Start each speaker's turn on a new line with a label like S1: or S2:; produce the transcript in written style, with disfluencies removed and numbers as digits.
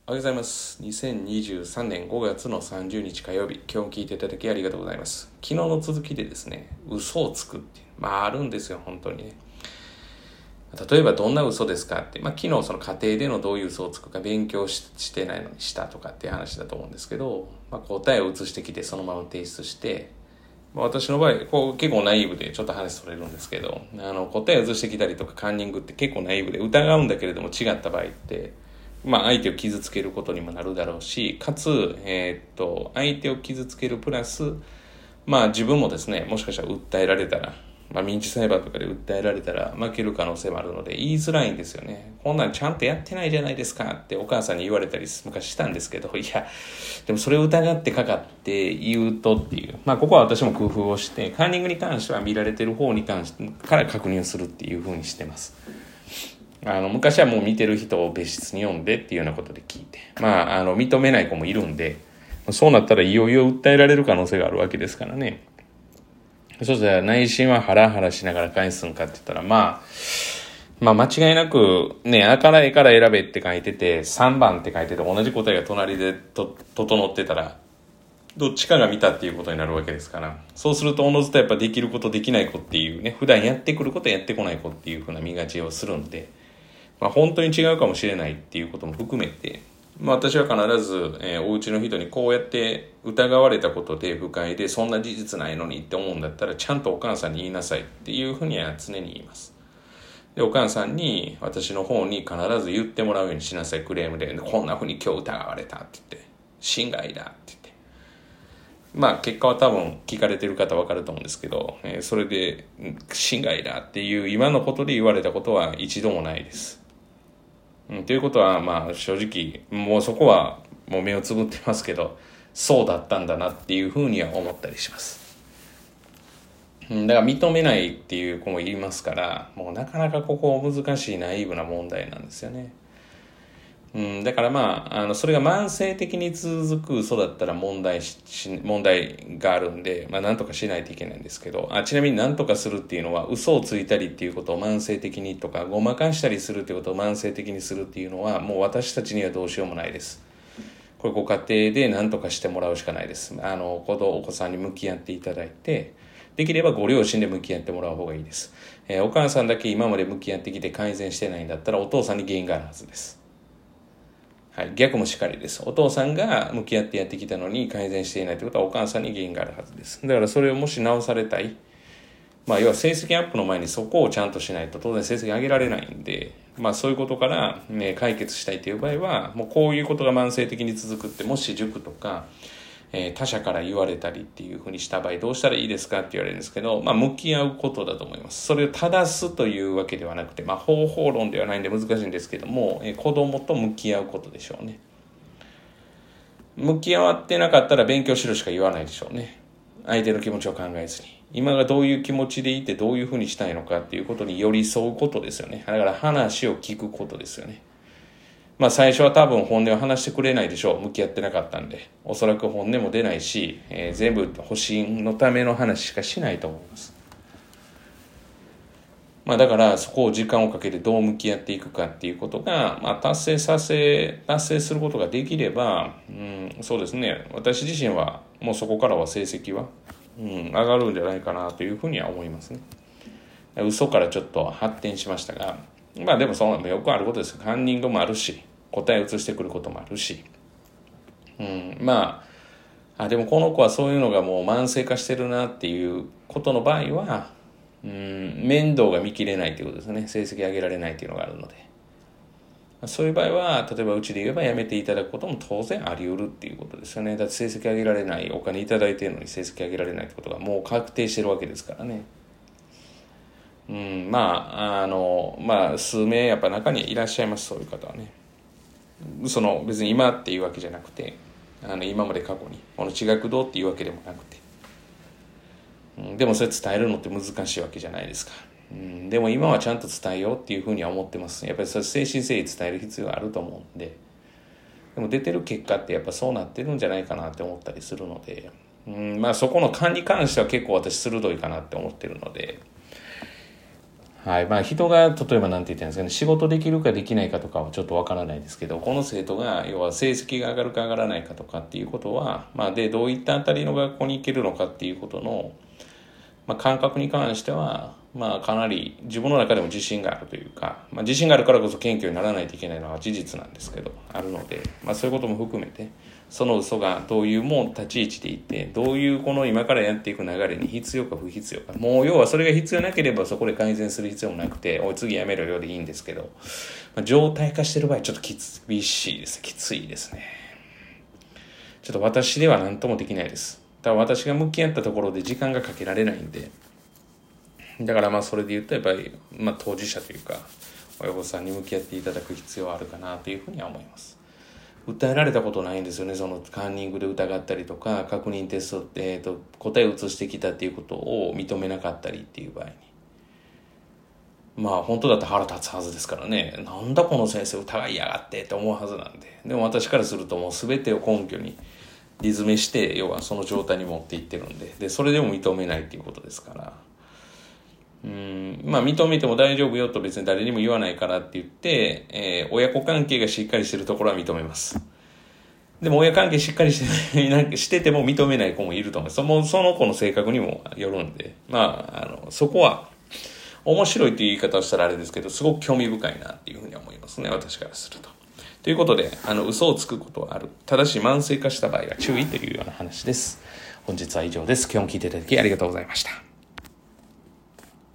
S1: おはようございます。2023年5月の30日火曜日、今日も聞いていただきありがとうございます。昨日の続きでですね、嘘をつくっていう、あるんですよ、本当にね。例えばどんな嘘ですかって、昨日その家庭でのどういう嘘をつくか勉強してないのにしたとかっていう話だと思うんですけど、答えを移してきてそのまま提出して、私の場合結構ナイーブでちょっと話それるんですけど、答えを移してきたりとかカンニングって結構ナイーブで疑うんだけれども違った場合って、相手を傷つけることにもなるだろうし、かつ、相手を傷つけるプラス、自分もですね、もしかしたら訴えられたら、民事裁判とかで訴えられたら負ける可能性もあるので言いづらいんですよね。こんなんちゃんとやってないじゃないですかってお母さんに言われたり昔したんですけど、いや、でもそれを疑ってかかって言うとっていう、ここは私も工夫をして、カンニングに関しては見られてる方に関してから確認をするっていう風にしてます。昔はもう見てる人を別室に呼んでっていうようなことで聞いて、認めない子もいるんで、そうなったらいよいよ訴えられる可能性があるわけですからね。そしたら内心はハラハラしながら返すんかって言ったら、間違いなくね、あからえから選べって書いてて、3番って書いてて同じ答えが隣で整ってたら、どっちかが見たっていうことになるわけですから、そうするとおのずとやっぱできることできない子っていうね、普段やってくることやってこない子っていうふうな見がちをするんで、本当に違うかもしれないっていうことも含めて、私は必ず、お家の人にこうやって疑われたことで不快でそんな事実ないのにって思うんだったらちゃんとお母さんに言いなさいっていうふうには常に言います。で、お母さんに私の方に必ず言ってもらうようにしなさい、クレームで。こんなふうに今日疑われたって言って、侵害だって言って。結果は多分聞かれてる方分かると思うんですけど、それで侵害だっていう今のことで言われたことは一度もないです。ということは正直もうそこはもう目をつぶってますけど、そうだったんだなっていうふうには思ったりします。だから認めないっていう子もいますから、もうなかなかここ難しいナイーブな問題なんですよね。だからそれが慢性的に続く嘘だったら問題があるんで、なんとかしないといけないんですけど、ちなみになんとかするっていうのは嘘をついたりっていうことを慢性的にとか、ごまかしたりするっていうことを慢性的にするっていうのはもう私たちにはどうしようもないです。これご家庭で何とかしてもらうしかないです。お子さんに向き合っていただいて、できればご両親で向き合ってもらう方がいいです。お母さんだけ今まで向き合ってきて改善してないんだったらお父さんに原因があるはずです。はい、逆もしかりです。お父さんが向き合ってやってきたのに改善していないということはお母さんに原因があるはずです。だからそれをもし直されたい、要は成績アップの前にそこをちゃんとしないと当然成績上げられないんで、そういうことから、解決したいという場合はもうこういうことが慢性的に続くって、もし塾とか、他者から言われたりっていうふうにした場合どうしたらいいですかって言われるんですけど、向き合うことだと思います。それを正すというわけではなくて、方法論ではないんで難しいんですけども、子供と向き合うことでしょうね。向き合わってなかったら勉強しろしか言わないでしょうね。相手の気持ちを考えずに、今がどういう気持ちでいてどういうふうにしたいのかっていうことに寄り添うことですよね。だから話を聞くことですよね。最初は多分本音を話してくれないでしょう。向き合ってなかったんで。おそらく本音も出ないし、全部保身のための話しかしないと思います。だからそこを時間をかけてどう向き合っていくかっていうことが、達成することができれば、そうですね。私自身はもうそこからは成績は、上がるんじゃないかなというふうには思いますね。嘘からちょっと発展しましたが、でもそんなよくあることです。カンニングもあるし、答え移してくることもあるし、でもこの子はそういうのがもう慢性化してるなっていうことの場合は、面倒が見きれないということですね。成績上げられないというのがあるので、そういう場合は例えばうちで言えばやめていただくことも当然あり得るっていうことですよね。だって成績上げられない、お金いただいているのに成績上げられないってことがもう確定してるわけですからね。数名やっぱ中にいらっしゃいます、そういう方はね。別に今っていうわけじゃなくて、今まで過去にこの地学堂っていうわけでもなくて、でもそれ伝えるのって難しいわけじゃないですか。でも今はちゃんと伝えようっていうふうには思ってます。やっぱりそれ誠心誠意伝える必要があると思うんで、でも出てる結果ってやっぱそうなってるんじゃないかなって思ったりするので、そこの勘に関しては結構私鋭いかなって思ってるので、 はい。まあ人が、例えばなんて言ったんですかね、仕事できるかできないかとかはちょっとわからないですけど、この生徒が、要は成績が上がるか上がらないかとかっていうことは、まあで、どういったあたりの学校に行けるのかっていうことの、まあ感覚に関しては、まあかなり自分の中でも自信があるというか、まあ自信があるからこそ謙虚にならないといけないのは事実なんですけど、あるので、まあそういうことも含めて、その嘘がどういうもう立ち位置でいて、どういうこの今からやっていく流れに必要か不必要か。もう要はそれが必要なければそこで改善する必要もなくて、おい次やめろよでいいんですけど、まあ、状態化してる場合ちょっと厳しいです。きついですね。ちょっと私では何ともできないです。だから私が向き合ったところで時間がかけられないんで、だからまあそれで言うとやっぱり、まあ当事者というか、親御さんに向き合っていただく必要はあるかなというふうには思います。訴えられたことないんですよね。そのカンニングで疑ったりとか、確認テストで、答えを移してきたっていうことを認めなかったりっていう場合に。まあ本当だって腹立つはずですからね。なんだこの先生疑いやがってって思うはずなんで。でも私からするともう全てを根拠に理詰めして、要はその状態に持っていってるんで。で、それでも認めないっていうことですから。まあ認めても大丈夫よと別に誰にも言わないからって言って、親子関係がしっかりしてるところは認めます。でも親関係しっかりしてても認めない子もいると思います。その子の性格にもよるんで、まあ、そこは面白いという言い方をしたらあれですけど、すごく興味深いなっていうふうに思いますね、私からすると。ということで、嘘をつくことはある。ただし慢性化した場合は注意というような話です。本日は以上です。今日も聞いていただきありがとうございました。